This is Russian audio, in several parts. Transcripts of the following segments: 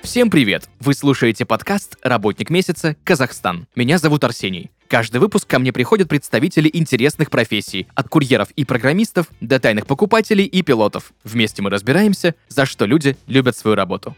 Всем привет! Вы слушаете подкаст «Работник месяца. Казахстан». Меня зовут Арсений. Каждый выпуск ко мне приходят представители интересных профессий, от курьеров и программистов до тайных покупателей и пилотов. Вместе мы разбираемся, за что люди любят свою работу.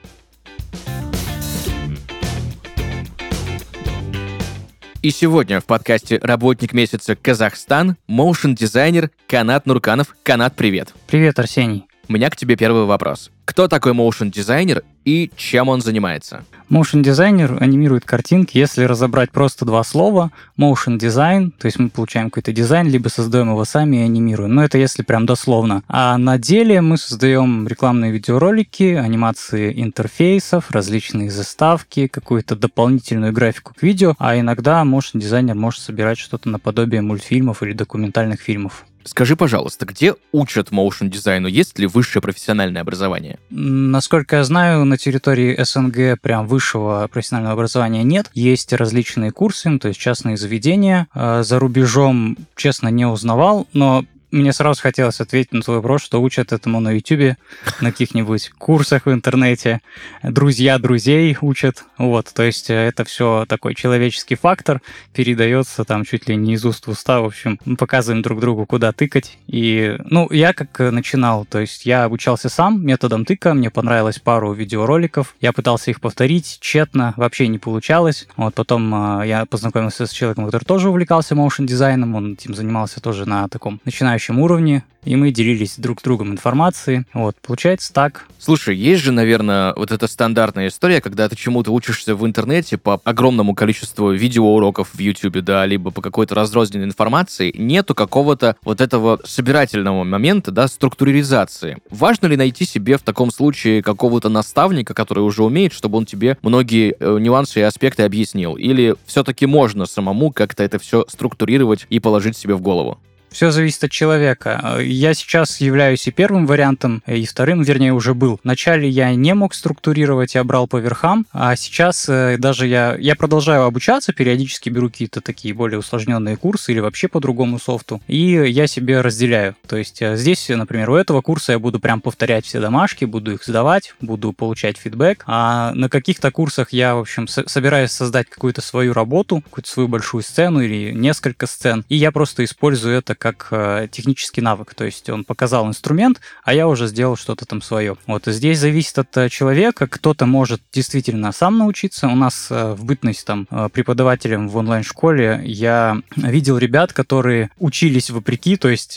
И сегодня в подкасте «Работник месяца. Казахстан» моушн-дизайнер Канат Нурканов. Канат, привет! Привет, Арсений. У меня к тебе первый вопрос. Кто такой моушн-дизайнер и чем он занимается? Моушн-дизайнер анимирует картинки. Если разобрать просто два слова, motion design, то есть мы получаем какой-то дизайн, либо создаем его сами и анимируем. Но это если прям дословно. А на деле мы создаем рекламные видеоролики, анимации интерфейсов, различные заставки, какую-то дополнительную графику к видео, а иногда моушн-дизайнер может собирать что-то наподобие мультфильмов или документальных фильмов. Скажи, пожалуйста, где учат моушн-дизайну? Есть ли высшее профессиональное образование? Насколько я знаю, на территории СНГ прям высшего профессионального образования нет. Есть различные курсы, то есть частные заведения. За рубежом, честно, не узнавал, но мне сразу хотелось ответить на твой вопрос, что учат этому на YouTube, на каких-нибудь курсах в интернете. Друзья друзей учат. Вот, то есть это все такой человеческий фактор, передается там чуть ли не из уст в уста. В общем, мы показываем друг другу, куда тыкать. И, я как начинал, то есть я обучался сам методом тыка, мне понравилось пару видеороликов, я пытался их повторить, тщетно, вообще не получалось. Вот, потом я познакомился с человеком, который тоже увлекался моушн-дизайном, он этим занимался тоже на таком начинающем уровне, и мы делились друг с другом информацией. Вот, получается так. Слушай, есть же, наверное, вот эта стандартная история, когда ты чему-то учишься в интернете по огромному количеству видеоуроков в YouTube, да, либо по какой-то разрозненной информации, нету какого-то вот этого собирательного момента, да, структуризации. Важно ли найти себе в таком случае какого-то наставника, который уже умеет, чтобы он тебе многие нюансы и аспекты объяснил? Или все-таки можно самому как-то это все структурировать и положить себе в голову? Все зависит от человека. Я сейчас являюсь и первым вариантом, и вторым, вернее, уже был. Вначале я не мог структурировать, я брал по верхам, а сейчас даже я продолжаю обучаться, периодически беру какие-то такие более усложненные курсы или вообще по другому софту, и я себе разделяю. То есть здесь, например, у этого курса я буду прям повторять все домашки, буду их сдавать, буду получать фидбэк, а на каких-то курсах я, в общем, собираюсь создать какую-то свою работу, какую-то свою большую сцену или несколько сцен, и я просто использую это как технический навык. То есть он показал инструмент, а я уже сделал что-то там свое. Вот здесь зависит от человека. Кто-то может действительно сам научиться. У нас в бытность там преподавателем в онлайн-школе я видел ребят, которые учились вопреки. То есть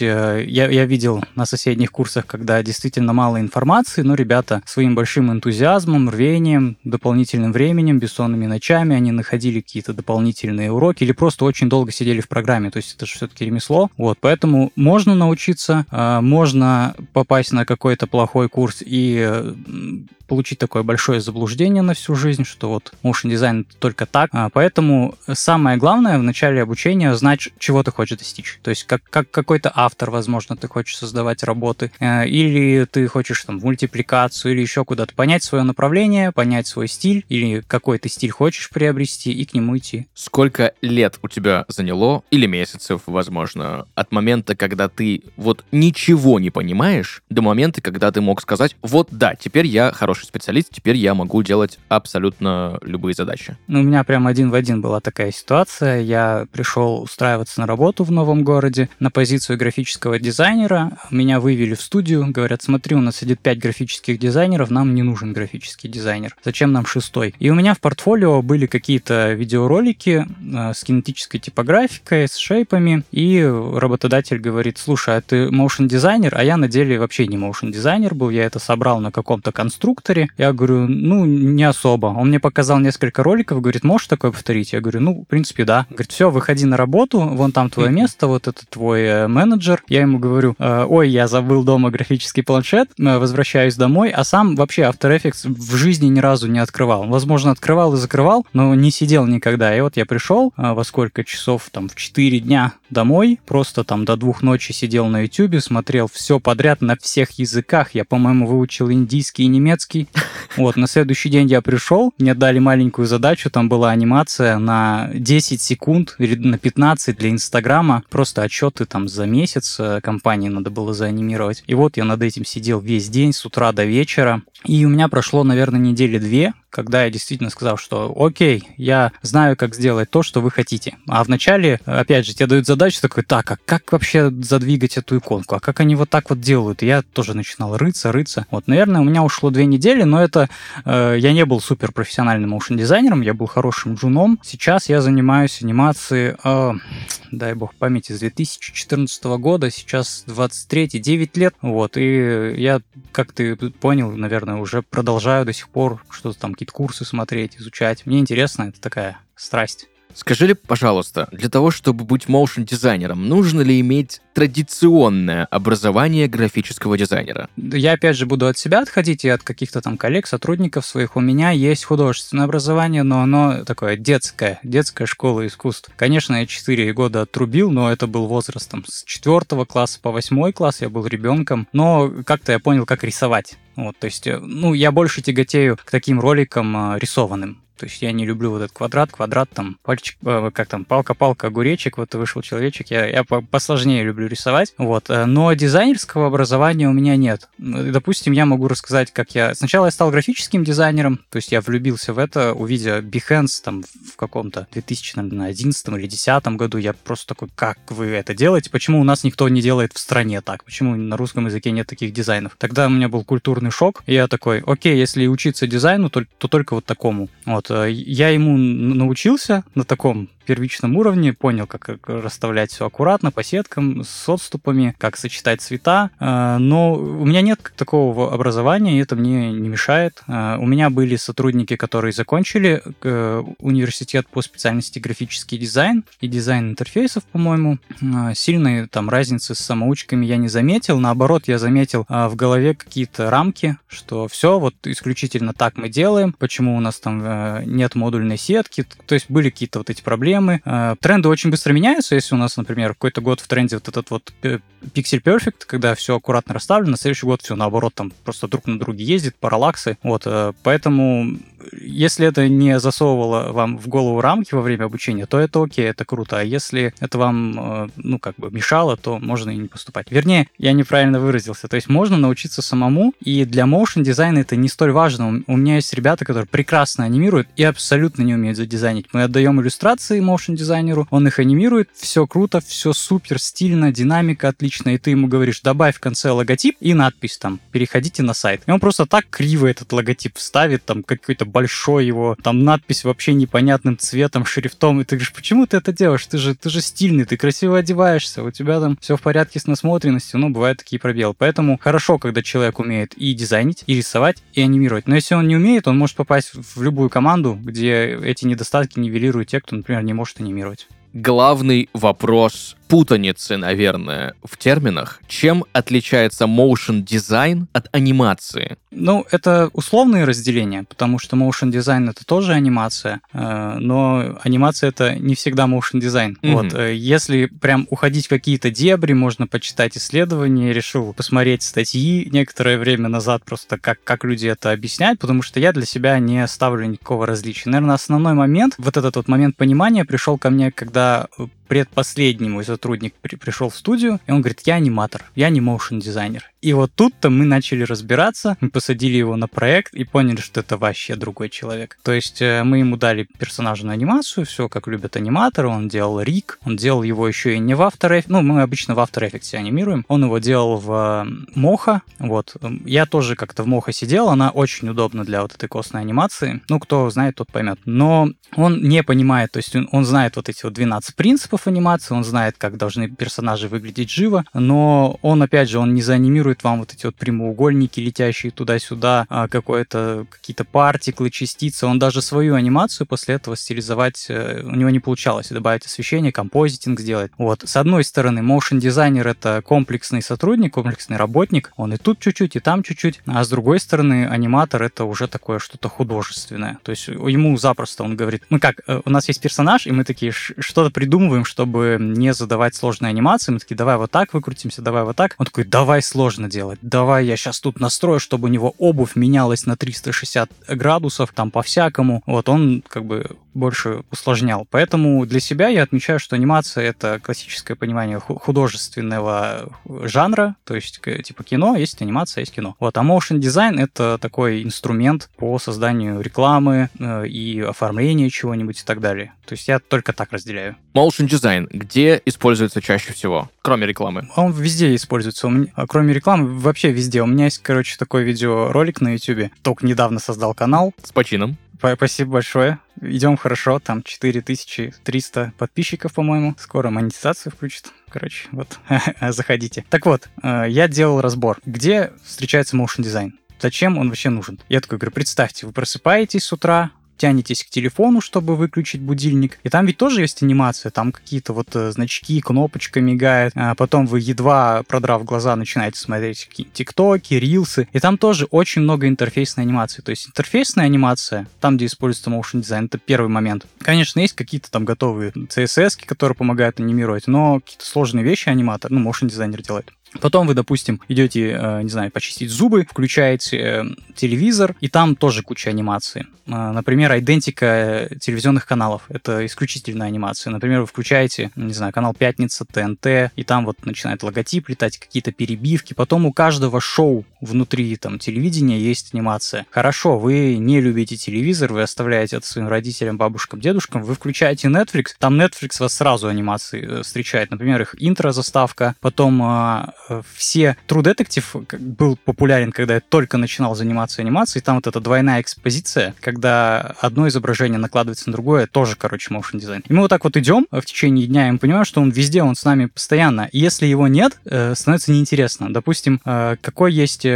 я видел на соседних курсах, когда действительно мало информации, но ребята своим большим энтузиазмом, рвением, дополнительным временем, бессонными ночами, они находили какие-то дополнительные уроки или просто очень долго сидели в программе. То есть это же все-таки ремесло. Вот, поэтому можно научиться, можно попасть на какой-то плохой курс и получить такое большое заблуждение на всю жизнь, что вот motion дизайн только так. Поэтому самое главное в начале обучения знать, чего ты хочешь достичь. То есть как какой-то автор, возможно, ты хочешь создавать работы, или ты хочешь там мультипликацию, или еще куда-то. Понять свое направление, понять свой стиль, или какой ты стиль хочешь приобрести, и к нему идти. Сколько лет у тебя заняло, или месяцев, возможно, от момента, когда ты вот ничего не понимаешь, до момента, когда ты мог сказать, вот да, теперь я хороший специалист, теперь я могу делать абсолютно любые задачи? У меня прям один в один была такая ситуация. Я пришел устраиваться на работу в новом городе на позицию графического дизайнера. Меня вывели в студию, говорят, смотри, у нас сидит 5 графических дизайнеров, нам не нужен графический дизайнер. Зачем нам 6-й? И у меня в портфолио были какие-то видеоролики с кинетической типографикой, с шейпами, и работодатель говорит, слушай, а ты моушн-дизайнер? А я на деле вообще не моушн-дизайнер был, я это собрал на каком-то конструкторе. Я говорю, не особо. Он мне показал несколько роликов, говорит, можешь такое повторить? Я говорю, в принципе, да. Говорит, все, выходи на работу, вон там твое место, вот это твой менеджер. Я ему говорю, ой, я забыл дома графический планшет, возвращаюсь домой, а сам вообще After Effects в жизни ни разу не открывал. Возможно, открывал и закрывал, но не сидел никогда. И вот я пришел, во сколько часов, там, в 4 дня домой, просто там до 2 ночи сидел на YouTube, смотрел все подряд на всех языках. Я, по-моему, выучил индийский и немецкий. Вот, на следующий день я пришел, мне дали маленькую задачу, там была анимация на 10 секунд или на 15 для Инстаграма, просто отчеты там за месяц компании надо было заанимировать. И вот я над этим сидел весь день, с утра до вечера, и у меня прошло, наверное, недели 2, когда я действительно сказал, что окей, я знаю, как сделать то, что вы хотите. А вначале, опять же, тебе дают задачу такой, так, а как вообще задвигать эту иконку? А как они вот так вот делают? И я тоже начинал рыться. Вот, наверное, у меня ушло 2 недели, но это я не был суперпрофессиональным моушн-дизайнером, я был хорошим джуном. Сейчас я занимаюсь анимацией, дай бог памяти, с 2014 года, сейчас 23-й, 9 лет. Вот, и я, как ты понял, наверное, уже продолжаю до сих пор что-то там, какие-то курсы смотреть, изучать. Мне интересно, это такая страсть. Скажи ли, пожалуйста, для того, чтобы быть моушн-дизайнером, нужно ли иметь традиционное образование графического дизайнера? Я, опять же, буду от себя отходить и от каких-то там коллег, сотрудников своих. У меня есть художественное образование, но оно такое детская школа искусств. Конечно, я 4 года отрубил, но это был возраст там, с 4 класса по 8 класс, я был ребенком. Но как-то я понял, как рисовать. Вот, то есть, я больше тяготею к таким роликам рисованным. То есть я не люблю вот этот квадрат, там, пальчик, как там, палка-палка, огуречек, вот вышел человечек. Я посложнее люблю рисовать, вот. Но дизайнерского образования у меня нет. Допустим, я могу рассказать, как я... Сначала я стал графическим дизайнером, то есть я влюбился в это, увидя Behance там в каком-то 2011 или 2010 году. Я просто такой, как вы это делаете? Почему у нас никто не делает в стране так? Почему на русском языке нет таких дизайнов? Тогда у меня был культурный шок, и я такой, окей, если учиться дизайну, то только вот такому. Вот. Я ему научился на таком первичном уровне, понял, как расставлять все аккуратно, по сеткам, с отступами, как сочетать цвета, но у меня нет такого образования, и это мне не мешает. У меня были сотрудники, которые закончили университет по специальности графический дизайн и дизайн интерфейсов, по-моему. Сильной там разницы с самоучками я не заметил, наоборот, я заметил в голове какие-то рамки, что все, вот исключительно так мы делаем, почему у нас там нет модульной сетки, то есть были какие-то вот эти проблемы. Тренды очень быстро меняются, если у нас, например, какой-то год в тренде вот этот вот Pixel Perfect, когда все аккуратно расставлено, на следующий год все наоборот, там просто друг на друге ездит, параллаксы, вот, поэтому если это не засовывало вам в голову рамки во время обучения, то это окей, это круто, а если это вам, мешало, то можно и не поступать. Вернее, я неправильно выразился, то есть можно научиться самому, и для моушн дизайна это не столь важно. У меня есть ребята, которые прекрасно анимируют и абсолютно не умеют задизайнить. Мы отдаем иллюстрации моушн дизайнеру, он их анимирует, все круто, все супер стильно, динамика отличная, и ты ему говоришь, добавь в конце логотип и надпись там, переходите на сайт. И он просто так криво этот логотип вставит, там какой-то большой его, там надпись вообще непонятным цветом, шрифтом, и ты говоришь, почему ты это делаешь? Ты же стильный, ты красиво одеваешься, у тебя там все в порядке с насмотренностью, бывают такие пробелы. Поэтому хорошо, когда человек умеет и дизайнить, и рисовать, и анимировать. Но если он не умеет, он может попасть в любую команду, где эти недостатки нивелируют те, кто, например, не может анимировать. Главный вопрос путаницы, наверное, в терминах. Чем отличается motion дизайн от анимации? Это условные разделения, потому что motion дизайн это тоже анимация, но анимация это не всегда motion дизайн. Mm-hmm. Вот, если прям уходить в какие-то дебри, можно почитать исследования, решил посмотреть статьи некоторое время назад, просто как люди это объясняют, потому что я для себя не ставлю никакого различия. Наверное, основной момент, вот этот вот момент понимания пришел ко мне, когда предпоследний мой сотрудник пришел в студию, и он говорит, я аниматор, я не моушн дизайнер. И вот тут-то мы начали разбираться, мы посадили его на проект и поняли, что это вообще другой человек. То есть мы ему дали персонажную анимацию, все как любят аниматоры, он делал риг, он делал его еще и не в After Effects, мы обычно в After Effects анимируем, он его делал в Mocha, вот. Я тоже как-то в Mocha сидел, она очень удобна для вот этой костной анимации, кто знает, тот поймет. Но он не понимает, то есть он знает вот эти вот 12 принципов анимации, он знает, как должны персонажи выглядеть живо, но он, опять же, он не заанимирует вам вот эти вот прямоугольники, летящие туда-сюда, какие-то партиклы, частицы. Он даже свою анимацию после этого стилизовать у него не получалось. Добавить освещение, композитинг сделать. Вот. С одной стороны, motion дизайнер — это комплексный сотрудник, комплексный работник. Он и тут чуть-чуть, и там чуть-чуть. А с другой стороны, аниматор — это уже такое что-то художественное. То есть ему запросто он говорит, у нас есть персонаж, и мы такие что-то придумываем, чтобы не задавать сложные анимации. Мы такие, давай вот так выкрутимся, давай вот так. Он такой, давай сложно делать. Давай я сейчас тут настрою, чтобы у него обувь менялась на 360 градусов, там по-всякому. Вот он больше усложнял. Поэтому для себя я отмечаю, что анимация — это классическое понимание художественного жанра, то есть типа кино, есть анимация, есть кино. Вот. А motion design — это такой инструмент по созданию рекламы и оформлению чего-нибудь и так далее. То есть я только так разделяю. Motion design где используется чаще всего, кроме рекламы? Он везде используется. Кроме рекламы, вообще везде. У меня есть, короче, такой видеоролик на YouTube. Только недавно создал канал. С почином. Спасибо большое. Идем хорошо. Там 4300 подписчиков, по-моему. Скоро монетизацию включат. Короче, вот, заходите. Так вот, я делал разбор, где встречается motion дизайн. Зачем он вообще нужен? Я такой говорю, представьте, вы просыпаетесь с утра, тянетесь к телефону, чтобы выключить будильник. И там ведь тоже есть анимация. Там какие-то вот значки, кнопочка мигает. А потом вы, едва продрав глаза, начинаете смотреть тиктоки, рилсы. И там тоже очень много интерфейсной анимации. То есть интерфейсная анимация, там, где используется motion дизайн, это первый момент. Конечно, есть какие-то там готовые CSS-ки, которые помогают анимировать, но какие-то сложные вещи аниматор, motion дизайнер делает. Потом вы, допустим, идете, не знаю, почистить зубы, включаете телевизор, и там тоже куча анимации. Например, идентика телевизионных каналов. Это исключительная анимация. Например, вы включаете, не знаю, канал «Пятница», ТНТ, и там вот начинает логотип летать, какие-то перебивки. Потом у каждого шоу внутри там телевидения есть анимация. Хорошо, вы не любите телевизор, вы оставляете это своим родителям, бабушкам, дедушкам, вы включаете Netflix, там Netflix вас сразу анимации встречает. Например, их интро-заставка, потом все True Detective был популярен, когда я только начинал заниматься анимацией, там вот эта двойная экспозиция, когда одно изображение накладывается на другое, тоже, короче, motion дизайн. И мы вот так вот идем в течение дня, и мы понимаем, что он везде, он с нами постоянно. И если его нет, становится неинтересно. Допустим, какой есть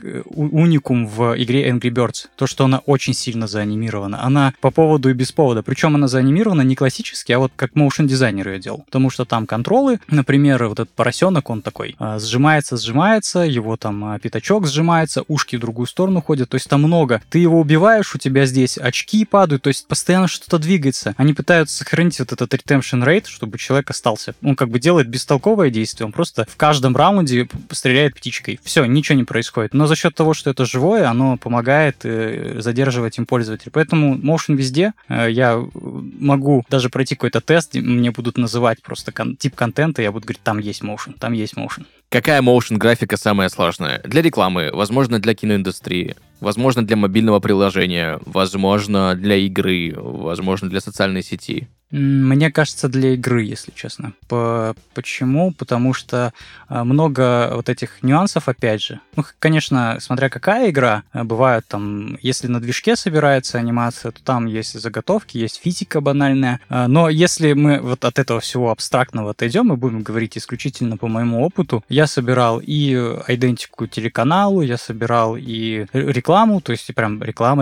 уникум в игре Angry Birds? То, что она очень сильно заанимирована. Она по поводу и без повода. Причем она заанимирована не классически, а вот как motion дизайнер ее делал. Потому что там контролы, например, вот этот поросенок, он такой сжимается, его там пятачок сжимается, ушки в другую сторону ходят, то есть там много. Ты его убиваешь, у тебя здесь очки падают, то есть постоянно что-то двигается. Они пытаются сохранить вот этот retention rate, чтобы человек остался. Он как бы делает бестолковое действие, он просто в каждом раунде стреляет птичкой. Все, ничего не происходит. Но за счет того, что это живое, оно помогает задерживать им пользователя. Поэтому motion везде. Я могу даже пройти какой-то тест, мне будут называть просто тип контента, я буду говорить, там есть motion, там есть motion. Какая моушн-графика самая сложная? Для рекламы, возможно, для киноиндустрии, возможно, для мобильного приложения, возможно, для игры, возможно, для социальной сети. Мне кажется, для игры, если честно. Почему? Потому что много вот этих нюансов, опять же. Ну, конечно, смотря какая игра, бывают там, если на движке собирается анимация, то там есть заготовки, есть физика банальная. Но если мы вот от этого всего абстрактного отойдем и будем говорить исключительно по моему опыту, я собирал и идентику телеканалу, я собирал и рекламу, то есть прям реклама,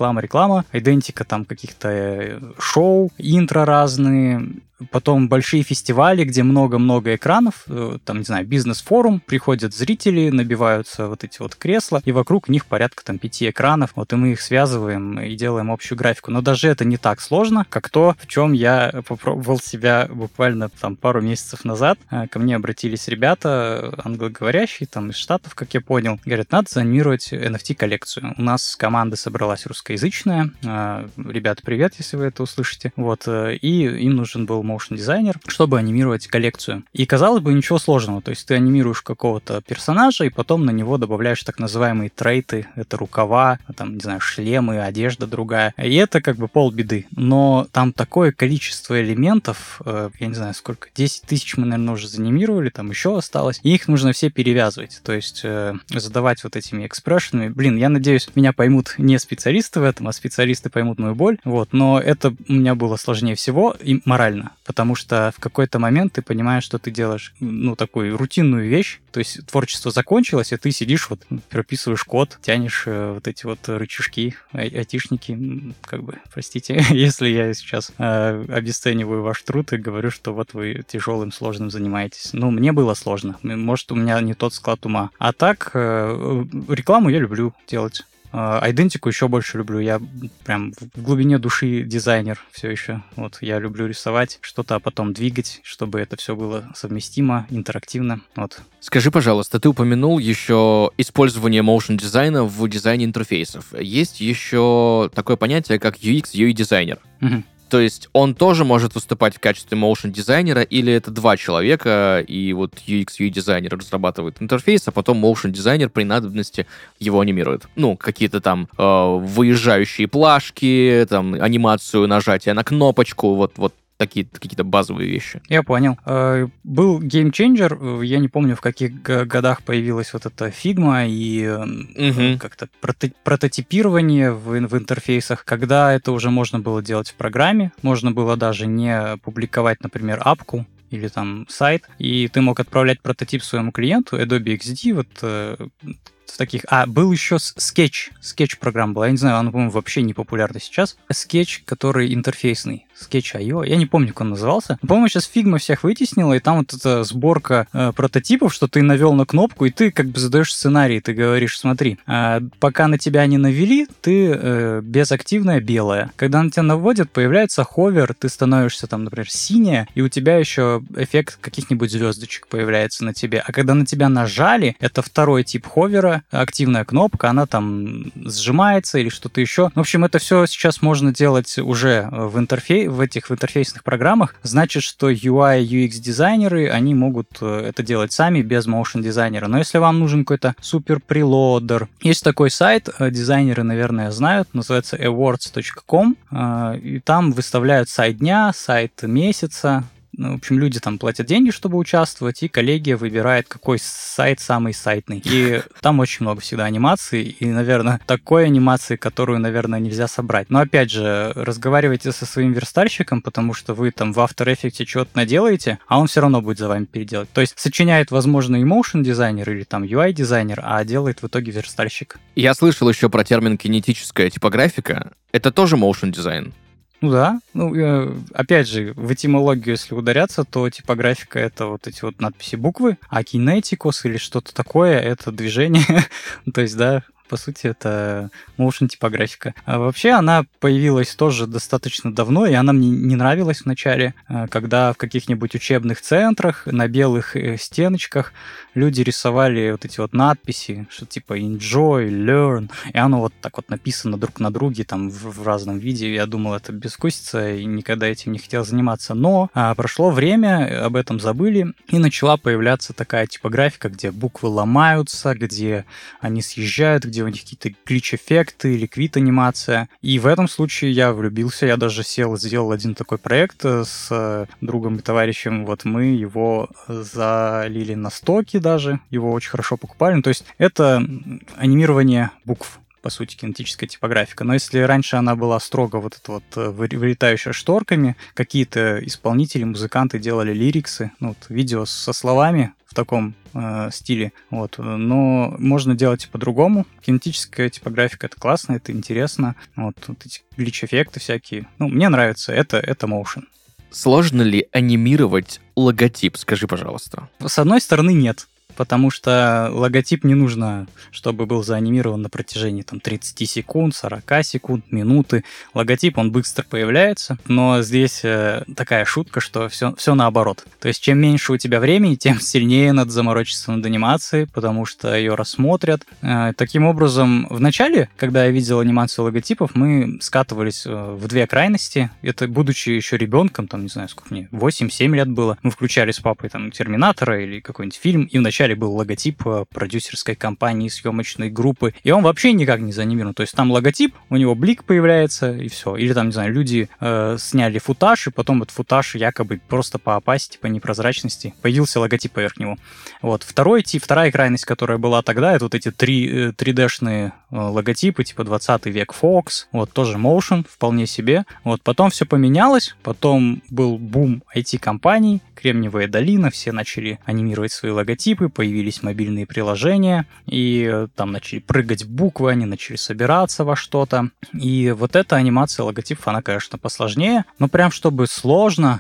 идентика там каких-то шоу, интро разные, потом большие фестивали, где много-много экранов, там, не знаю, бизнес-форум, приходят зрители, набиваются вот эти вот кресла, и вокруг них порядка там 5 экранов, вот, и мы их связываем и делаем общую графику. Но даже это не так сложно, как то, в чем я попробовал себя буквально там пару месяцев назад. Ко мне обратились ребята, англоговорящие, там, из Штатов, как я понял, говорят, надо заанимировать NFT-коллекцию. У нас команда собралась русскоязычная, ребята, привет, если вы это услышите, вот, и им нужен был моушн-дизайнер, чтобы анимировать коллекцию. И, казалось бы, ничего сложного. То есть ты анимируешь какого-то персонажа, и потом на него добавляешь так называемые трейты. Это рукава, там, не знаю, шлемы, одежда другая. И это как бы полбеды. Но там такое количество элементов, я не знаю, сколько, 10 тысяч мы, наверное, уже заанимировали, там еще осталось. И их нужно все перевязывать. То есть задавать вот этими экспрессионами. Блин, я надеюсь, меня поймут не специалисты в этом, а специалисты поймут мою боль. Вот. Но это у меня было сложнее всего и морально. Потому что в какой-то момент ты понимаешь, что ты делаешь, ну, такую рутинную вещь, то есть творчество закончилось, и ты сидишь, вот, прописываешь код, тянешь вот эти вот рычажки, айтишники, как бы, простите, если я сейчас обесцениваю ваш труд и говорю, что вот вы тяжелым, сложным занимаетесь. Ну, мне было сложно, может, у меня не тот склад ума. А так, рекламу я люблю делать. Идентику еще больше люблю. Я прям в глубине души дизайнер все еще. Вот я люблю рисовать что-то, а потом двигать, чтобы это все было совместимо, интерактивно. Вот. Скажи, пожалуйста, ты упомянул еще использование motion дизайна в дизайне интерфейсов. Есть еще такое понятие, как UX, UI-дизайнер. Угу. То есть он тоже может выступать в качестве моушн-дизайнера, или это два человека, и вот UX, UI-дизайнер разрабатывает интерфейс, а потом моушн-дизайнер при надобности его анимирует. Ну, какие-то там выезжающие плашки, там, анимацию нажатия на кнопочку, вот такие какие-то базовые вещи. Я понял. Был Game Changer, я не помню, в каких годах появилась вот эта Figma и как-то прототипирование в интерфейсах, когда это уже можно было делать в программе, можно было даже не публиковать, например, апку или там сайт, и ты мог отправлять прототип своему клиенту, Adobe XD, вот в таких... был еще Sketch программа была, я не знаю, она, по-моему, вообще не популярна сейчас. Sketch, который интерфейсный, Sketch.io, я не помню, как он назывался. По-моему, сейчас Figma всех вытеснила, и там вот эта сборка прототипов, что ты навел на кнопку, и ты как бы задаешь сценарий, ты говоришь, смотри, пока на тебя не навели, ты безактивная белая. Когда на тебя наводят, появляется ховер, ты становишься там, например, синяя, и у тебя еще эффект каких-нибудь звездочек появляется на тебе. А когда на тебя нажали, это второй тип ховера, активная кнопка, она там сжимается или что-то еще. В общем, это все сейчас можно делать уже в этих интерфейсных программах. Значит, что UI, UX дизайнеры, они могут это делать сами без motion дизайнера. Но если вам нужен какой-то супер прелодер, есть такой сайт, дизайнеры, наверное, знают, называется awards.com, и там выставляют сайт дня, сайт месяца. Ну, в общем, люди там платят деньги, чтобы участвовать, и коллегия выбирает, какой сайт самый сайтный. И там очень много всегда анимаций, и, наверное, такой анимации, которую, наверное, нельзя собрать. Но, опять же, разговаривайте со своим верстальщиком, потому что вы там в After Effects что-то наделаете, а он все равно будет за вами переделать. То есть сочиняет, возможно, и motion дизайнер или там UI дизайнер, а делает в итоге верстальщик. Я слышал еще про термин кинетическая типографика. Это тоже motion дизайн? Ну да, опять же, в этимологию, если ударяться, то типографика — это вот эти вот надписи буквы, а кинетикос или что-то такое — это движение, то есть, да, по сути, это motion типографика. А вообще она появилась тоже достаточно давно, и она мне не нравилась вначале, когда в каких-нибудь учебных центрах на белых стеночках люди рисовали вот эти вот надписи, что типа enjoy, learn, и оно вот так вот написано друг на друге там в разном виде. Я думал, это безвкусица, и никогда этим не хотел заниматься. Но прошло время, об этом забыли, и начала появляться такая типографика, где буквы ломаются, где они съезжают, где у них какие-то глич-эффекты, ликвид-анимация. И в этом случае я влюбился, я даже сделал один такой проект с другом и товарищем, вот мы его залили на стоки даже, его очень хорошо покупали. Ну, то есть это анимирование букв, по сути, кинетическая типографика. Но если раньше она была строго вот эта вот вылетающая шторками, какие-то исполнители, музыканты делали лириксы, ну, вот, видео со словами в таком стиле, вот, но можно делать и по-другому. Кинетическая типографика — это классно, это интересно, вот эти глич-эффекты всякие, ну, мне нравится, это motion. Сложно ли анимировать логотип, скажи, пожалуйста? С одной стороны, нет. Потому что логотип не нужно, чтобы был заанимирован на протяжении там 30 секунд, 40 секунд, минуты. Логотип, он быстро появляется, но здесь такая шутка, что все наоборот. То есть чем меньше у тебя времени, тем сильнее надо заморочиться над анимацией, потому что ее рассмотрят. Таким образом, в начале, когда я видел анимацию логотипов, мы скатывались в две крайности. Это будучи еще ребенком, там, не знаю, сколько мне, 8-7 лет было, мы включали с папой там Терминатора или какой-нибудь фильм, и вначале был логотип продюсерской компании, съемочной группы, и он вообще никак не заанимирован. То есть там логотип, у него блик появляется, и все. Или там, не знаю, люди сняли футаж, и потом этот футаж якобы просто по опасити, по непрозрачности появился логотип поверх него. Вот. Вторая крайность, которая была тогда, это вот эти 3D-шные логотипы, типа 20 век Fox, вот, тоже motion, вполне себе. Вот. Потом все поменялось, потом был бум IT-компаний, Кремниевая долина, все начали анимировать свои логотипы, появились мобильные приложения, и там начали прыгать буквы, они начали собираться во что-то. И вот эта анимация логотипов, она, конечно, посложнее, но прям чтобы сложно,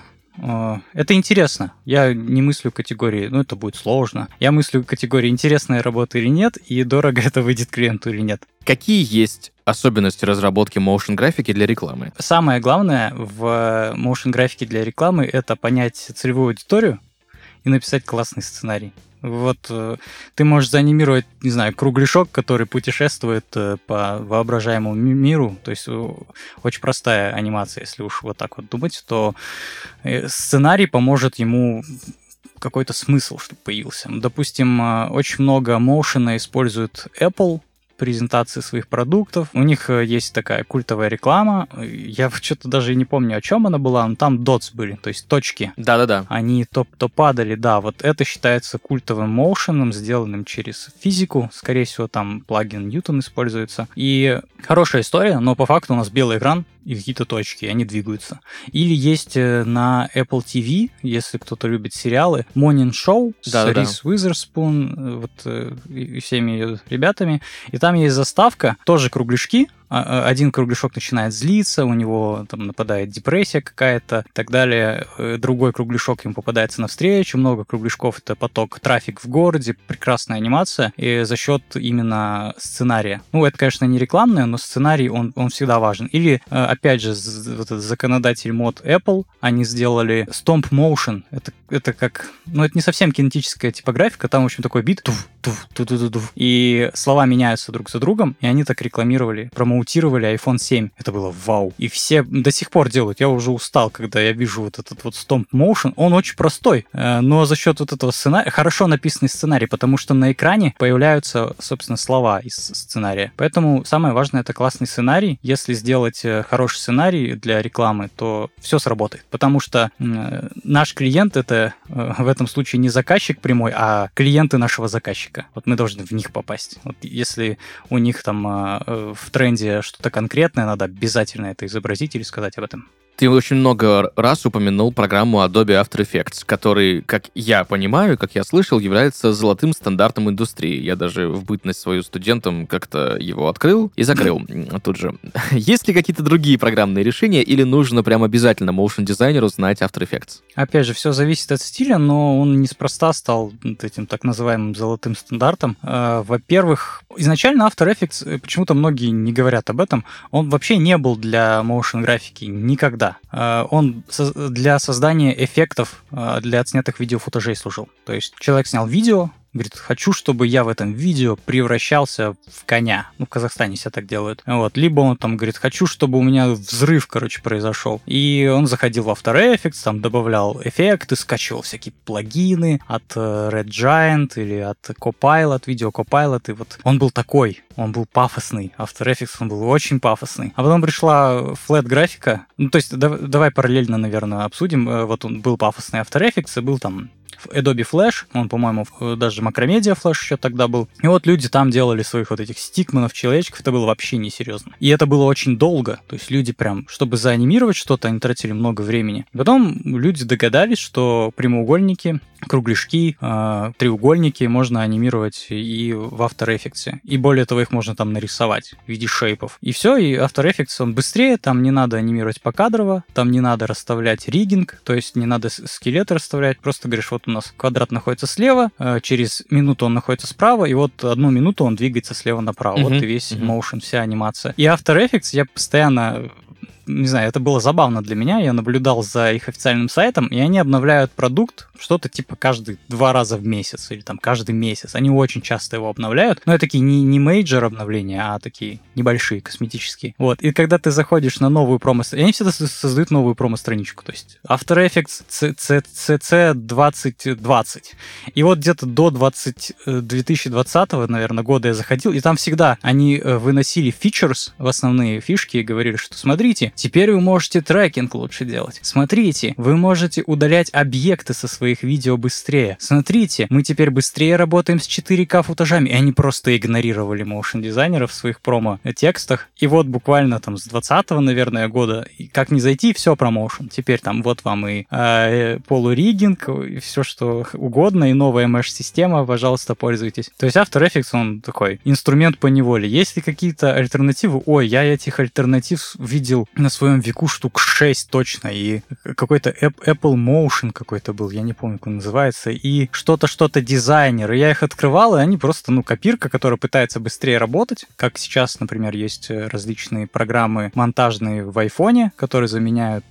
это интересно. Я не мыслю категории, это будет сложно. Я мыслю категории, интересная работа или нет, и дорого это выйдет клиенту или нет. Какие есть особенности разработки моушн-графики для рекламы? Самое главное в моушн-графике для рекламы — это понять целевую аудиторию и написать классный сценарий. Вот ты можешь заанимировать, не знаю, кругляшок, который путешествует по воображаемому миру. То есть очень простая анимация, если уж вот так вот думать, то сценарий поможет ему какой-то смысл, чтобы появился. Допустим, очень много моушена использует Apple презентации своих продуктов. У них есть такая культовая реклама. Я что-то даже и не помню, о чем она была, но там dots были, то есть точки. Да-да-да. Они то падали, да. Вот это считается культовым моушеном, сделанным через физику. Скорее всего, там плагин Newton используется. И хорошая история, но по факту у нас белый экран и какие-то точки, они двигаются. Или есть на Apple TV, если кто-то любит сериалы, Morning Show с Риз Уизерспун, и всеми ее ребятами. И там есть заставка, тоже кругляшки. Один кругляшок начинает злиться, у него там нападает депрессия какая-то и так далее. Другой кругляшок ему попадается навстречу. Много кругляшков — это поток, трафик в городе. Прекрасная анимация. И за счет именно сценария. Ну, это, конечно, не рекламное, но сценарий, он всегда важен. Или, опять же, вот этот законодатель мод Apple, они сделали Stomp Motion. Это как... Ну, это не совсем кинетическая типографика. Там, в общем, такой бит. И слова меняются друг за другом. И они так рекламировали, промоутировали iPhone 7. Это было вау. И все до сих пор делают. Я уже устал, когда я вижу вот этот вот Stomp Motion. Он очень простой, но за счет вот этого сценария, хорошо написанный сценарий, потому что на экране появляются, собственно, слова из сценария. Поэтому самое важное — это классный сценарий. Если сделать хороший сценарий для рекламы, то все сработает. Потому что наш клиент — это в этом случае не заказчик прямой, а клиенты нашего заказчика. Вот мы должны в них попасть. Вот если у них там в тренде что-то конкретное, надо обязательно это изобразить или сказать об этом. Ты очень много раз упомянул программу Adobe After Effects, который, как я понимаю, как я слышал, является золотым стандартом индустрии. Я даже в бытность свою студентом как-то его открыл и закрыл тут же. Есть ли какие-то другие программные решения или нужно прям обязательно моушн-дизайнеру знать After Effects? Опять же, все зависит от стиля, но он неспроста стал этим так называемым золотым стандартом. Во-первых, изначально After Effects, почему-то многие не говорят об этом, он вообще не был для моушн-графики никогда. Он для создания эффектов для отснятых видеофутажей служил. То есть человек снял видео, говорит, хочу, чтобы я в этом видео превращался в коня. Ну, в Казахстане все так делают. Вот. Либо он там говорит, хочу, чтобы у меня взрыв, произошел. И он заходил в After Effects, там добавлял эффекты, скачивал всякие плагины от Red Giant или от Copilot, видео Copilot. И вот он был такой, он был пафосный. After Effects, он был очень пафосный. А потом пришла флэт-графика. Ну, то есть давай параллельно, наверное, обсудим. Вот он был пафосный After Effects, и был там Adobe Flash, он, по-моему, даже Macromedia Flash еще тогда был. И вот люди там делали своих вот этих стикманов, человечков, это было вообще несерьезно. И это было очень долго, то есть люди прям, чтобы заанимировать что-то, они тратили много времени. Потом люди догадались, что прямоугольники, кругляшки, треугольники можно анимировать и в After Effects. И более того, их можно там нарисовать в виде шейпов. И все, и After Effects, он быстрее, там не надо анимировать покадрово, там не надо расставлять риггинг, то есть не надо скелеты расставлять, просто говоришь, вот у нас квадрат находится слева, через минуту он находится справа, и вот 1 минуту он двигается слева направо. Вот и весь motion, вся анимация. И After Effects я постоянно... Не знаю, это было забавно для меня. Я наблюдал за их официальным сайтом, и они обновляют продукт что-то типа каждые 2 раза в месяц или там каждый месяц. Они очень часто его обновляют. Но это такие не мейджор обновления, а такие небольшие, косметические. Вот. И когда ты заходишь на новую промо-страничку, они всегда создают новую промо-страничку. То есть After Effects CC 2020. И вот где-то до 2020, наверное, года я заходил, и там всегда они выносили features в основные фишки и говорили, что смотрите, теперь вы можете трекинг лучше делать. Смотрите, вы можете удалять объекты со своих видео быстрее. Смотрите, мы теперь быстрее работаем с 4К футажами. И они просто игнорировали моушн-дизайнеров в своих промо-текстах. И вот буквально там с 20-го, наверное, года, как не зайти, все про моушн. Теперь там вот вам и полуриггинг, и все что угодно, и новая mesh-система, пожалуйста, пользуйтесь. То есть After Effects, он такой инструмент по неволе. Есть ли какие-то альтернативы? Ой, я этих альтернатив видел на своем веку штук 6 точно, и какой-то Apple Motion какой-то был, я не помню, как он называется, и что-то дизайнер, и я их открывал, и они просто, копирка, которая пытается быстрее работать, как сейчас, например, есть различные программы монтажные в айфоне, которые заменяют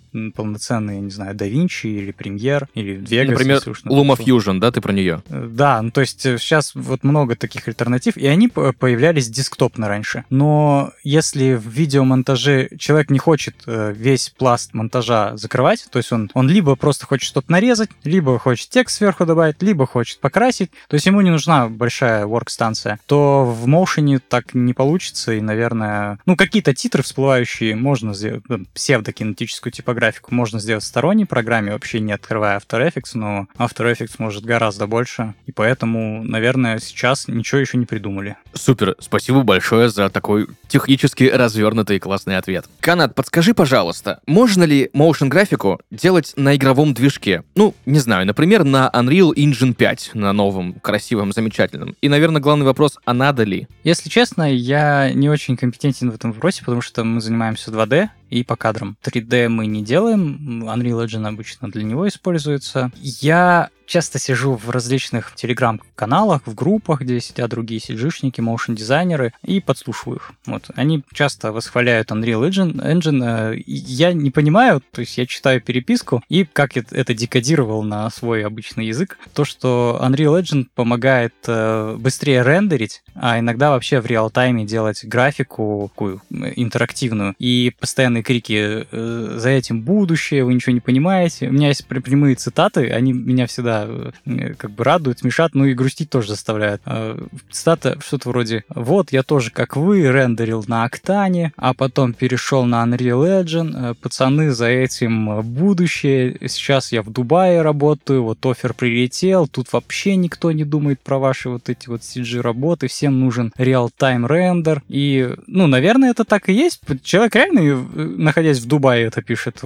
полноценный, я не знаю, DaVinci или Premiere или Vegas. Например, LumaFusion, да, ты про нее? Да, ну то есть сейчас вот много таких альтернатив, и они появлялись десктопно раньше. Но если в видеомонтаже человек не хочет весь пласт монтажа закрывать, то есть он либо просто хочет что-то нарезать, либо хочет текст сверху добавить, либо хочет покрасить, то есть ему не нужна большая work-станция, то в Motion так не получится, и, наверное, какие-то титры всплывающие можно сделать, псевдокинетическую типографику можно сделать в сторонней программе, вообще не открывая After Effects, но After Effects может гораздо больше, и поэтому, наверное, сейчас ничего еще не придумали. Супер, спасибо большое за такой технически развернутый и классный ответ. Канат, подскажи, пожалуйста, можно ли моушн-графику делать на игровом движке? Не знаю, например, на Unreal Engine 5, на новом, красивом, замечательном. И, наверное, главный вопрос, а надо ли? Если честно, я не очень компетентен в этом вопросе, потому что мы занимаемся 2D и по кадрам. 3D мы не делаем, Unreal Engine обычно для него используется. Я часто сижу в различных телеграм-каналах, в группах, где сидят другие CG-шники, моушн-дизайнеры, и подслушиваю их. Они часто восхваляют Unreal Engine. Я не понимаю, то есть я читаю переписку, и как это декодировал на свой обычный язык, то, что Unreal Engine помогает быстрее рендерить, а иногда вообще в реал-тайме делать графику такую интерактивную, и постоянные крики «за этим будущее», «вы ничего не понимаете». У меня есть прямые цитаты, они меня всегда радуют, смешат, и грустить тоже заставляют. Цитата что-то вроде «Вот, я тоже, как вы, рендерил на Октане, а потом перешел на Unreal Engine. Пацаны, за этим будущее. Сейчас я в Дубае работаю, вот оффер прилетел, тут вообще никто не думает про ваши вот эти вот CG-работы, всем нужен реал-тайм рендер». И, наверное, это так и есть. Человек реально, находясь в Дубае, это пишет,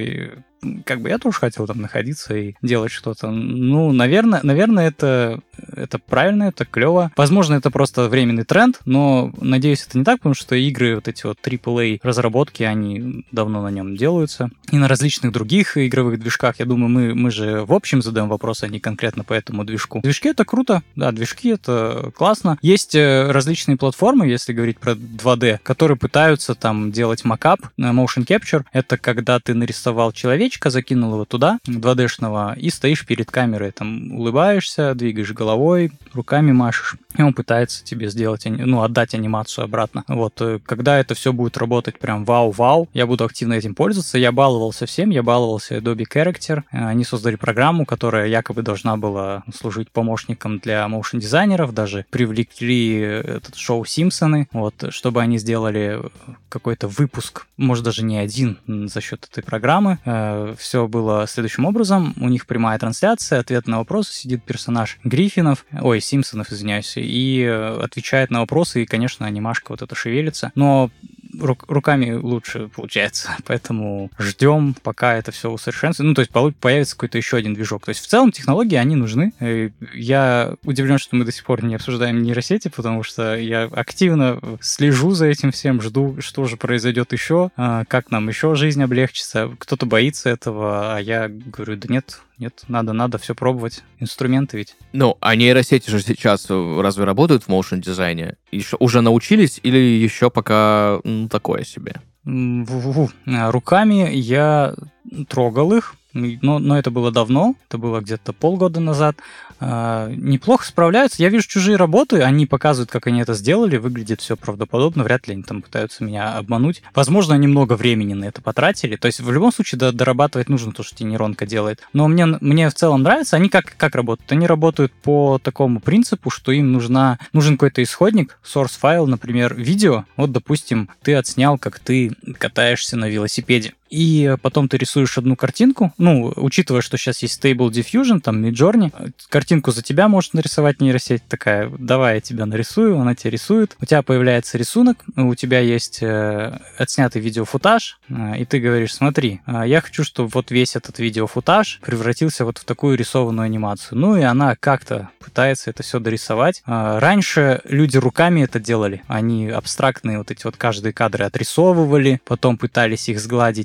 я тоже хотел там находиться и делать что-то. Наверное, это правильно, это клево. Возможно, это просто временный тренд, но, надеюсь, это не так, потому что игры, вот эти вот AAA разработки, они давно на нем делаются. И на различных других игровых движках, я думаю, мы же в общем задаем вопрос, а не конкретно по этому движку. Движки — это круто, да, движки — это классно. Есть различные платформы, если говорить про 2D, которые пытаются там делать макап, motion capture. Это когда ты нарисовал человечка, закинул его туда, 2D-шного, и стоишь перед камерой, там улыбаешься, двигаешь головой, руками машешь, и он пытается тебе сделать, отдать анимацию обратно. Когда это все будет работать прям вау-вау, я буду активно этим пользоваться. Я баловался всем, я баловался Adobe Character. Они создали программу, которая якобы должна была служить помощником для моушн-дизайнеров, даже привлекли этот шоу «Симпсоны», чтобы они сделали какой-то выпуск, может, даже не один, за счет этой программы. Все было следующим образом. У них прямая трансляция, ответ на вопросы, сидит персонаж Симпсонов, извиняюсь, и отвечает на вопросы, и, конечно, анимашка вот эта шевелится. Но руками лучше получается, поэтому ждем, пока это все усовершенствуется. То есть появится какой-то еще один движок. То есть в целом технологии, они нужны. Я удивлен, что мы до сих пор не обсуждаем нейросети, потому что я активно слежу за этим всем, жду, что же произойдет еще, как нам еще жизнь облегчится. Кто-то боится этого, а я говорю, да нет, надо все пробовать. Инструменты ведь. А нейросети же сейчас разве работают в моушн-дизайне? Уже научились или еще пока такое себе? Руками я трогал их, но это было давно, это было где-то полгода назад. Неплохо справляются. Я вижу чужие работы, они показывают, как они это сделали, выглядит все правдоподобно, вряд ли они там пытаются меня обмануть. Возможно, они много времени на это потратили. То есть в любом случае дорабатывать нужно то, что тебе нейронка делает. Но мне в целом нравится. Они как работают? Они работают по такому принципу, что им нужен какой-то исходник, source файл, например, видео. Допустим, ты отснял, как ты катаешься на велосипеде. И потом ты рисуешь одну картинку, учитывая, что сейчас есть Stable Diffusion, там Midjourney, картинку за тебя может нарисовать нейросеть такая, давай я тебя нарисую, она тебя рисует, у тебя появляется рисунок, у тебя есть отснятый видеофутаж, и ты говоришь, смотри, я хочу, чтобы весь этот видеофутаж превратился в такую рисованную анимацию. И она как-то пытается это все дорисовать. Раньше люди руками это делали, они абстрактные каждые кадры отрисовывали, потом пытались их сгладить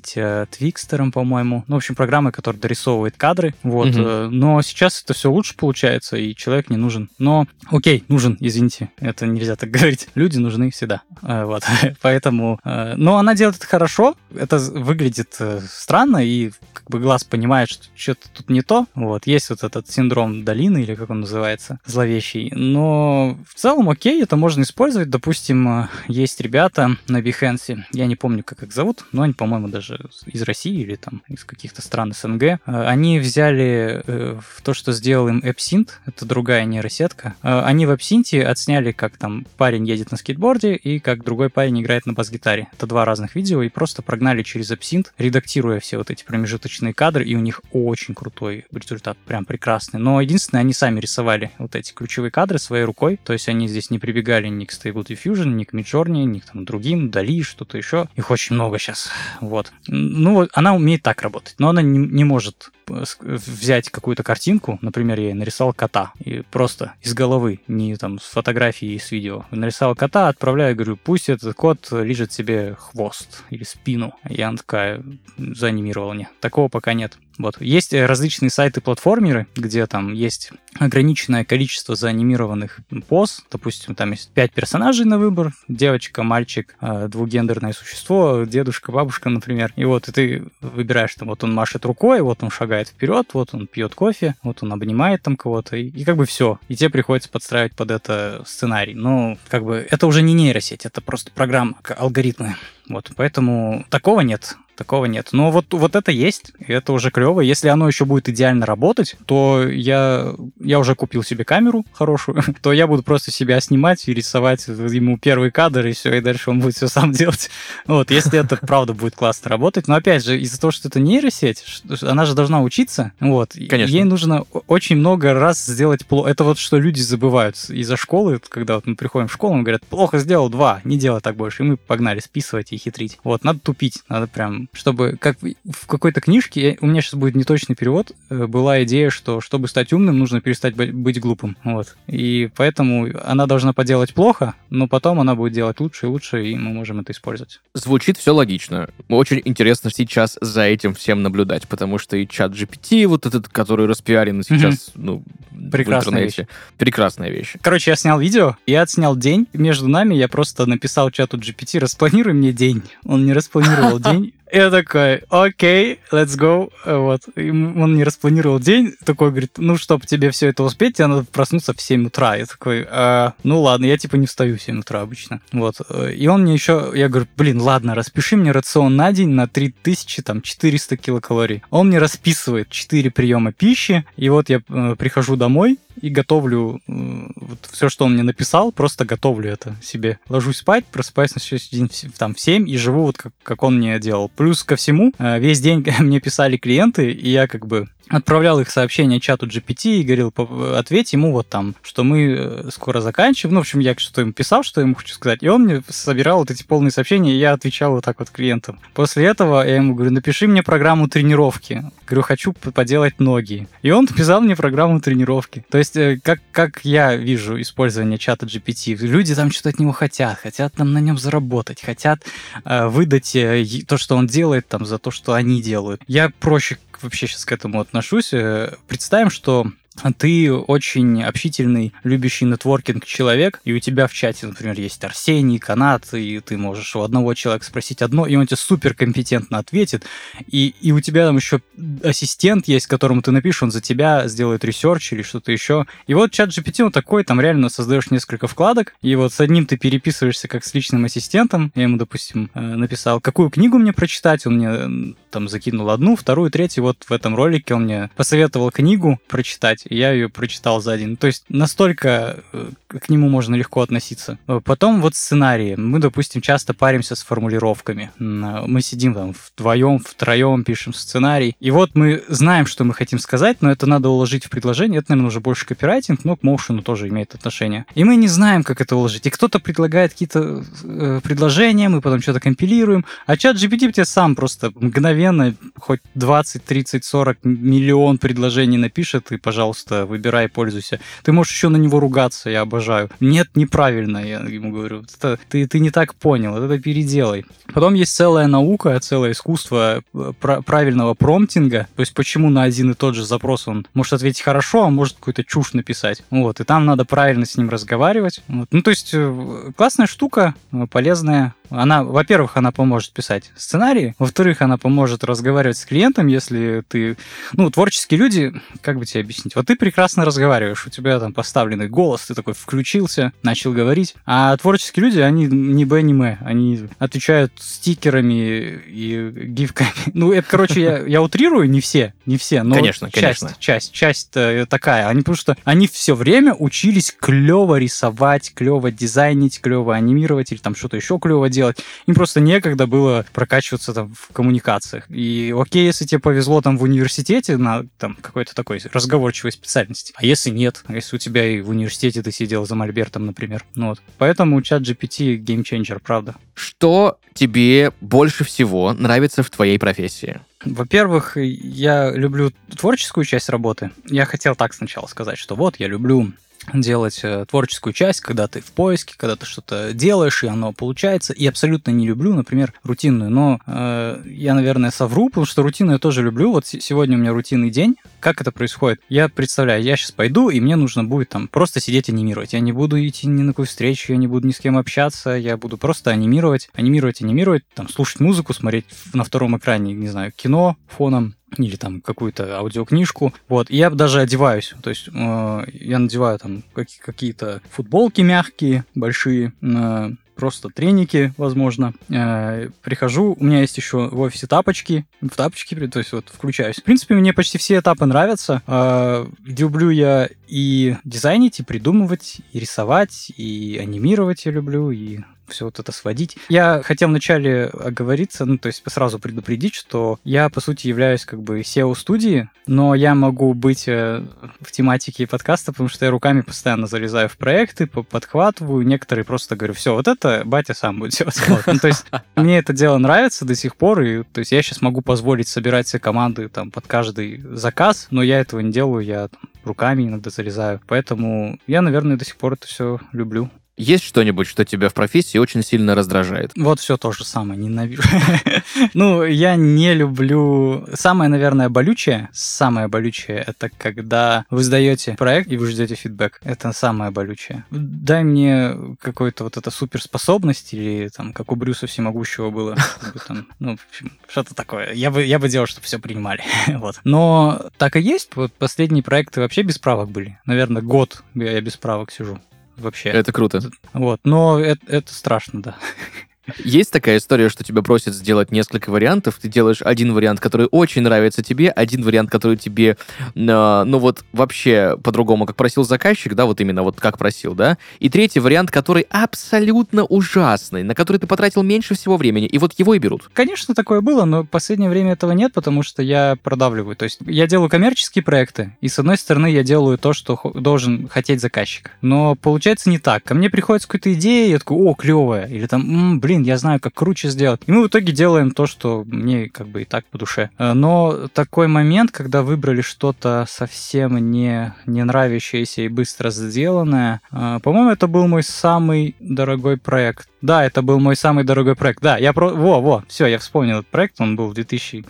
быть Твикстером, по-моему. Ну, в общем, программой, которая дорисовывает кадры. Вот. Но сейчас это все лучше получается, и человек не нужен. Но, окей, нужен, извините, это нельзя так говорить. Люди нужны всегда. Вот. Поэтому... Но она делает это хорошо, это выглядит странно, и как бы глаз понимает, что что-то тут не то. Вот. Есть вот этот синдром долины, или как он называется, зловещий. Но в целом окей, это можно использовать. Допустим, есть ребята на Behance, я не помню, как их зовут, но они, по-моему, даже из России или там из каких-то стран СНГ. Они взяли то, что сделал им AppSynth, это другая нейросетка. Они в AppSynth отсняли, как там парень едет на скейтборде и как другой парень играет на бас-гитаре. Это два разных видео, и просто прогнали через AppSynth, редактируя все вот эти промежуточные кадры, и у них очень крутой результат, прям прекрасный. Но единственное, они сами рисовали вот эти ключевые кадры своей рукой, то есть они здесь не прибегали ни к Stable Diffusion, ни к Midjourney, ни к там другим, Dali, что-то еще. Их очень много сейчас. Вот. Ну, вот она умеет так работать, но она не может взять какую-то картинку, например, я нарисовал кота, и просто из головы, не там с фотографии и с видео. Нарисовал кота, отправляю, говорю, пусть этот кот лижет себе хвост или спину. И она такая заанимировала мне. Такого пока нет. Вот. Есть различные сайты-платформеры, где там есть ограниченное количество заанимированных поз. Допустим, там есть 5 персонажей на выбор. Девочка, мальчик, двугендерное существо, дедушка, бабушка, например. И вот и ты выбираешь, там, вот он машет рукой, вот он шагает вперед, вот он пьет кофе, вот он обнимает там кого-то, и как бы все. И тебе приходится подстраивать под это сценарий. Но как бы это уже не нейросеть, это просто программа, алгоритмы. Вот, поэтому такого нет. Такого нет. Но вот это есть, и это уже клево. Если оно еще будет идеально работать, то я уже купил себе камеру хорошую, то я буду просто себя снимать и рисовать ему первый кадр, и все, и дальше он будет все сам делать. Вот, если это правда будет классно работать. Но опять же, из-за того, что это нейросеть, она же должна учиться, вот, конечно. Ей нужно очень много раз сделать плохо. Это вот что люди забывают из-за школы, когда вот мы приходим в школу, мы говорят, плохо сделал, 2, не делай так больше. И мы погнали списывать и хитрить. Вот, надо тупить, надо прям, чтобы, как в какой-то книжке, у меня сейчас будет неточный перевод, была идея, что чтобы стать умным, нужно перестать быть глупым. Вот. И поэтому она должна поделать плохо, но потом она будет делать лучше и лучше, и мы можем это использовать. Звучит все логично. Очень интересно сейчас за этим всем наблюдать, потому что и чат GPT, вот этот, который распиарен сейчас, ну, прекрасная в интернете. Вещь. Прекрасная вещь. Короче, я снял видео, я отснял день. Между нами я просто написал чату GPT, распланируй мне день. Он не распланировал день. Я такой, окей, let's go. Вот. И он мне распланировал день, такой говорит, ну, чтобы тебе все это успеть, тебе надо проснуться в 7 утра. Я такой, ну ладно, я типа не встаю в 7 утра обычно. Вот. И он мне еще, я говорю, блин, ладно, распиши мне рацион на день на 3400 килокалорий. Он мне расписывает 4 приема пищи, и вот я прихожу домой и готовлю вот все, что он мне написал, просто готовлю это себе. Ложусь спать, просыпаюсь на следующий день там, в 7 и живу вот как он мне делал. Плюс ко всему, весь день мне писали клиенты, и я как бы отправлял их сообщения чату GPT и говорил, ответь ему вот там, что мы скоро заканчиваем. Ну, в общем, я что-то ему писал, что я ему хочу сказать. И он мне собирал вот эти полные сообщения, и я отвечал вот так вот клиентам. После этого я ему говорю, напиши мне программу тренировки. Говорю, хочу поделать ноги. И он написал мне программу тренировки. То есть, как я вижу использование чата GPT, люди там что-то от него хотят там на нем заработать, хотят выдать то, что он делает, там, за то, что они делают. Я проще вообще сейчас к этому отношусь. Представим, что ты очень общительный, любящий нетворкинг человек, и у тебя в чате, например, есть Арсений, Канат, и ты можешь у одного человека спросить одно, и он тебе суперкомпетентно ответит, и у тебя там еще ассистент есть, которому ты напишешь, он за тебя сделает ресерч или что-то еще. И вот чат GPT, он такой, там реально создаешь несколько вкладок, и вот с одним ты переписываешься как с личным ассистентом. Я ему, допустим, написал, какую книгу мне прочитать, он мне там закинул одну, вторую, третью, вот в этом ролике он мне посоветовал книгу прочитать, и я ее прочитал за день. То есть настолько к нему можно легко относиться. Потом вот сценарии. Мы, допустим, часто паримся с формулировками. Мы сидим там вдвоем, втроем, пишем сценарий. И вот мы знаем, что мы хотим сказать, но это надо уложить в предложение. Это, наверное, уже больше копирайтинг, но к моушену тоже имеет отношение. И мы не знаем, как это уложить. И кто-то предлагает какие-то предложения, мы потом что-то компилируем. А чат GPT тебе сам просто мгновенно хоть 20, 30, 40 миллион предложений напишет, и, пожалуйста, пожалуйста, выбирай, пользуйся. Ты можешь еще на него ругаться, я обожаю. Нет, неправильно, я ему говорю. Ты не так понял, это переделай. Потом есть целая наука, целое искусство правильного промптинга, то есть почему на один и тот же запрос он может ответить хорошо, а может какую-то чушь написать. Вот, и там надо правильно с ним разговаривать. Вот. Ну, то есть классная штука, полезная. Она, во-первых, она поможет писать сценарии, во-вторых, она поможет разговаривать с клиентом, если ты... Ну, творческие люди, как бы тебе объяснить? Вот ты прекрасно разговариваешь, у тебя там поставленный голос, ты такой включился, начал говорить, а творческие люди, они ни б, ни м, они отвечают стикерами и гифками. Ну, это, короче, я утрирую, не все, но конечно, часть такая. Они потому что они все время учились клево рисовать, клево дизайнить, клево анимировать или там что-то еще клево делать. Им просто некогда было прокачиваться там в коммуникациях. И окей, если тебе повезло там в университете на там какой-то такой разговорчивой специальности. А если нет? Если у тебя и в университете ты сидел за мольбертом, например. Ну вот. Поэтому ChatGPT геймченджер, правда. Что тебе больше всего нравится в твоей профессии? Во-первых, я люблю творческую часть работы. Я хотел так сначала сказать, что вот, я люблю делать творческую часть, когда ты в поиске, когда ты что-то делаешь, и оно получается. И абсолютно не люблю, например, рутинную. Но я, наверное, совру, потому что рутинную я тоже люблю. Вот сегодня у меня рутинный день. Как это происходит? Я представляю, я сейчас пойду, и мне нужно будет там просто сидеть анимировать. Я не буду идти ни на какую встречу, я не буду ни с кем общаться, я буду просто анимировать, там, слушать музыку, смотреть на втором экране, не знаю, кино фоном, или там какую-то аудиокнижку. Вот. И я даже одеваюсь. То есть я надеваю там какие-то футболки мягкие, большие, просто треники, возможно. Прихожу, у меня есть еще в офисе тапочки. В тапочки, то есть вот включаюсь. В принципе, мне почти все этапы нравятся. Люблю я и дизайнить, и придумывать, и рисовать, и анимировать я люблю, и все вот это сводить. Я хотел вначале оговориться, ну, то есть сразу предупредить, что я, по сути, являюсь как бы SEO-студии, но я могу быть в тематике подкаста, потому что я руками постоянно залезаю в проекты, подхватываю, некоторые просто говорю, все, вот это батя сам будет делать. Ну, то есть мне это дело нравится до сих пор, и то есть я сейчас могу позволить собирать все команды там под каждый заказ, но я этого не делаю, я там руками иногда залезаю. Поэтому я, наверное, до сих пор это все люблю. Есть что-нибудь, что тебя в профессии очень сильно раздражает? Вот все то же самое, ненавижу. Ну, я не люблю... Самое, наверное, болючее, это когда вы сдаете проект и вы ждете фидбэк. Это самое болючее. Дай мне какой-то вот это суперспособность или там, как у Брюса Всемогущего было. Ну, в общем, что-то такое. Я бы делал, чтобы все принимали. Вот. Но так и есть. Вот последние проекты вообще без правок были. Наверное, год я без правок сижу. Вообще. Это круто. Вот, но это страшно, да. Есть такая история, что тебя просят сделать несколько вариантов, ты делаешь один вариант, который очень нравится тебе, один вариант, который тебе, ну вот вообще по-другому, как просил заказчик, да, вот именно вот как просил, да, и третий вариант, который абсолютно ужасный, на который ты потратил меньше всего времени, и вот его и берут. Конечно, такое было, но в последнее время этого нет, потому что я продавливаю, то есть я делаю коммерческие проекты, и с одной стороны я делаю то, что должен хотеть заказчик, но получается не так, ко мне приходит какая-то идея, я такой, о, клевая, или там, блин, я знаю, как круче сделать. И мы в итоге делаем то, что мне как бы и так по душе. Но такой момент, когда выбрали что-то совсем не нравящееся и быстро сделанное, по-моему, это был мой самый дорогой проект. Да, это был мой самый дорогой проект. Да, все, я вспомнил этот проект, он был в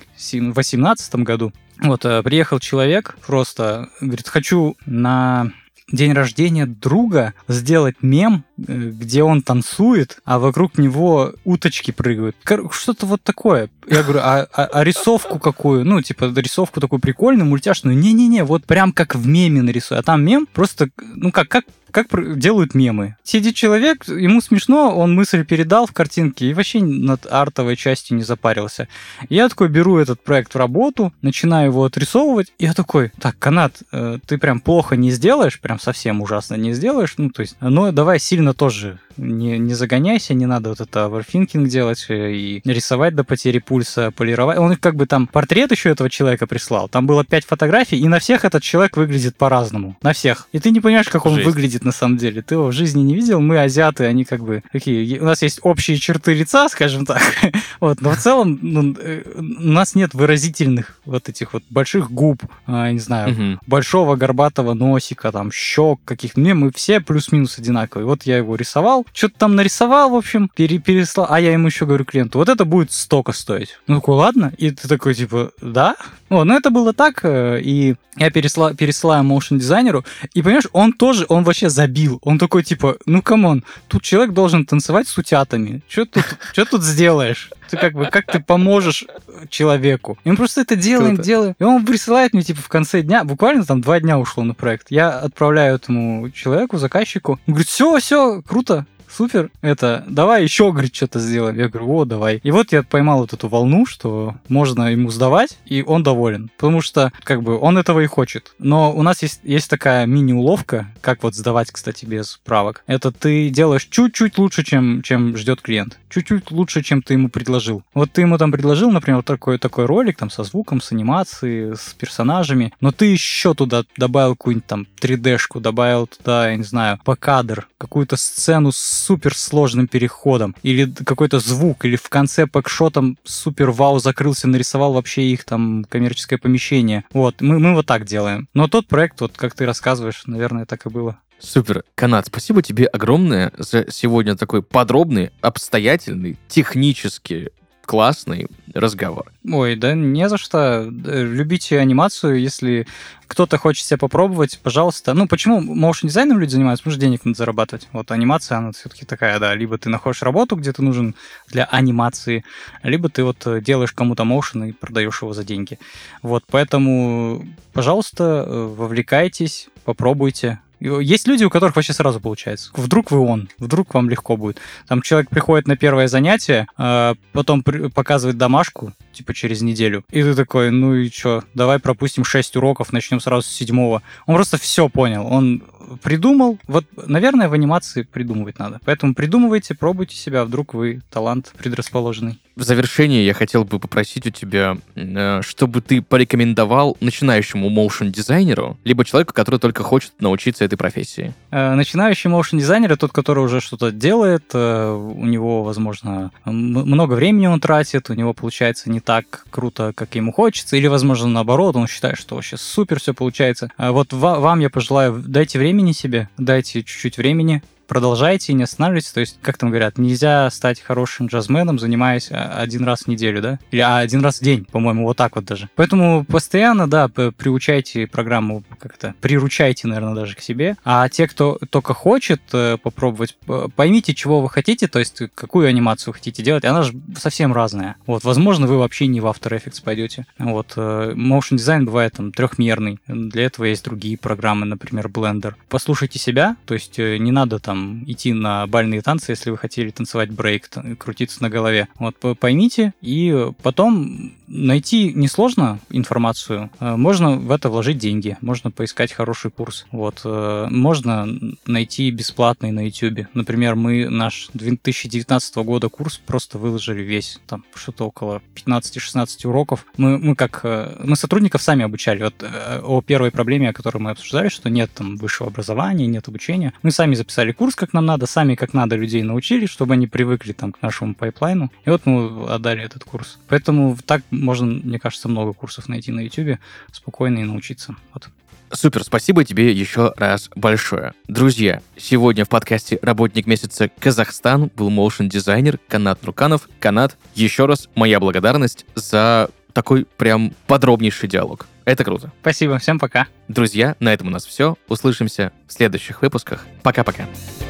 2018 году. Вот, приехал человек, просто говорит, хочу на день рождения друга сделать мем, где он танцует, а вокруг него уточки прыгают. Что-то вот такое. Я говорю, а рисовку какую? Ну, типа, рисовку такую прикольную, мультяшную. Не-не-не, вот прям как в меме нарисуй. А там мем просто, ну, как делают мемы. Сидит человек, ему смешно, он мысль передал в картинке и вообще над артовой частью не запарился. Я такой беру этот проект в работу, начинаю его отрисовывать, и я такой, так, Канат, ты прям плохо не сделаешь, прям совсем ужасно не сделаешь, ну, то есть, но давай сильно сильно тоже не загоняйся, не надо вот это оверфинкинг делать и рисовать до потери пульса, полировать. Он как бы там портрет еще этого человека прислал. Там было 5 фотографий, и на всех этот человек выглядит по-разному. На всех. И ты не понимаешь, как он выглядит на самом деле. Ты его в жизни не видел. Мы, азиаты, они как бы такие... У нас есть общие черты лица, скажем так. Вот. Но в целом у нас нет выразительных вот этих вот больших губ, не знаю, большого горбатого носика, там, щек каких-то. Мы все плюс-минус одинаковые. Вот я его рисовал, что-то там нарисовал, в общем, переслал. А я ему еще говорю клиенту, вот это будет столько стоить. Ну, такой, ладно. И ты такой, типа, да? Ну, это было так, и я пересылаю моушн-дизайнеру, и, понимаешь, он вообще забил. Он такой, типа, ну, камон, тут человек должен танцевать с утятами. Что тут сделаешь? Ты как ты поможешь человеку? И он просто это делает. И он присылает мне, типа, в конце дня, буквально там 2 дня ушло на проект. Я отправляю этому человеку, заказчику. Он говорит, все, круто. Супер, давай еще, говорит, что-то сделаем. Я говорю, давай. И вот я поймал вот эту волну, что можно ему сдавать, и он доволен. Потому что, как бы, он этого и хочет. Но у нас есть такая мини-уловка, как вот сдавать, кстати, без правок. Это ты делаешь чуть-чуть лучше, чем ждет клиент. Чуть-чуть лучше, чем ты ему предложил. Вот ты ему там предложил, например, такой ролик там со звуком, с анимацией, с персонажами, но ты еще туда добавил какую-нибудь там 3D-шку, добавил туда, я не знаю, покадр, какую-то сцену с суперсложным переходом, или какой-то звук, или в конце пэкшотом супер вау закрылся, нарисовал вообще их там коммерческое помещение. Вот, мы вот так делаем. Но тот проект, вот как ты рассказываешь, наверное, так и было. Супер. Канат, спасибо тебе огромное за сегодня такой подробный, обстоятельный, технически классный разговор. Ой, да не за что. Любите анимацию, если кто-то хочет себя попробовать, пожалуйста. Ну, почему моушн-дизайном люди занимаются? Потому что денег надо зарабатывать. Вот анимация, она все-таки такая, да. Либо ты находишь работу, где ты нужен для анимации, либо ты вот делаешь кому-то моушн и продаешь его за деньги. Вот, поэтому, пожалуйста, вовлекайтесь, попробуйте. Есть люди, у которых вообще сразу получается. Вдруг вдруг вам легко будет. Там человек приходит на первое занятие, потом показывает домашку, типа через неделю, и ты такой, ну и что, давай пропустим 6 уроков, начнем сразу с 7-го. Он просто все понял, он придумал. Вот, наверное, в анимации придумывать надо. Поэтому придумывайте, пробуйте себя, вдруг вы талант предрасположенный. В завершение я хотел бы попросить у тебя, чтобы ты порекомендовал начинающему моушн-дизайнеру, либо человеку, который только хочет научиться этой профессии. Начинающий моушн-дизайнер — тот, который уже что-то делает, у него, возможно, много времени он тратит, у него получается не так круто, как ему хочется, или, возможно, наоборот, он считает, что вообще супер все получается. Вот вам я пожелаю, дайте времени себе, дайте чуть-чуть времени, продолжайте и не останавливайтесь. То есть, как там говорят, нельзя стать хорошим джазменом, занимаясь 1 раз в неделю, да? Или 1 раз в день, по-моему, вот так вот даже. Поэтому постоянно, да, приучайте программу как-то, приручайте, наверное, даже к себе. А те, кто только хочет попробовать, поймите, чего вы хотите, то есть, какую анимацию хотите делать. Она же совсем разная. Вот, возможно, вы вообще не в After Effects пойдете. Вот, motion дизайн бывает там трехмерный. Для этого есть другие программы, например, Blender. Послушайте себя, то есть, не надо там идти на бальные танцы, если вы хотели танцевать брейк, крутиться на голове. Вот, поймите, и потом найти несложно информацию. Можно в это вложить деньги, можно поискать хороший курс. Вот, можно найти бесплатный на YouTube. Например, мы наш 2019 года курс просто выложили весь, там что-то около 15-16 уроков. Мы сотрудников сами обучали. Вот о первой проблеме, о которой мы обсуждали, что нет там высшего образования, нет обучения. Мы сами записали курс как нам надо, сами как надо людей научили, чтобы они привыкли там к нашему пайплайну. И вот мы отдали этот курс. Поэтому так можно, мне кажется, много курсов найти на YouTube спокойно и научиться. Вот. Супер, спасибо тебе еще раз большое. Друзья, сегодня в подкасте «Работник месяца Казахстан» был моушн-дизайнер Канат Нурканов. Канат, еще раз моя благодарность за такой прям подробнейший диалог. Это круто. Спасибо, всем пока. Друзья, на этом у нас все. Услышимся в следующих выпусках. Пока-пока.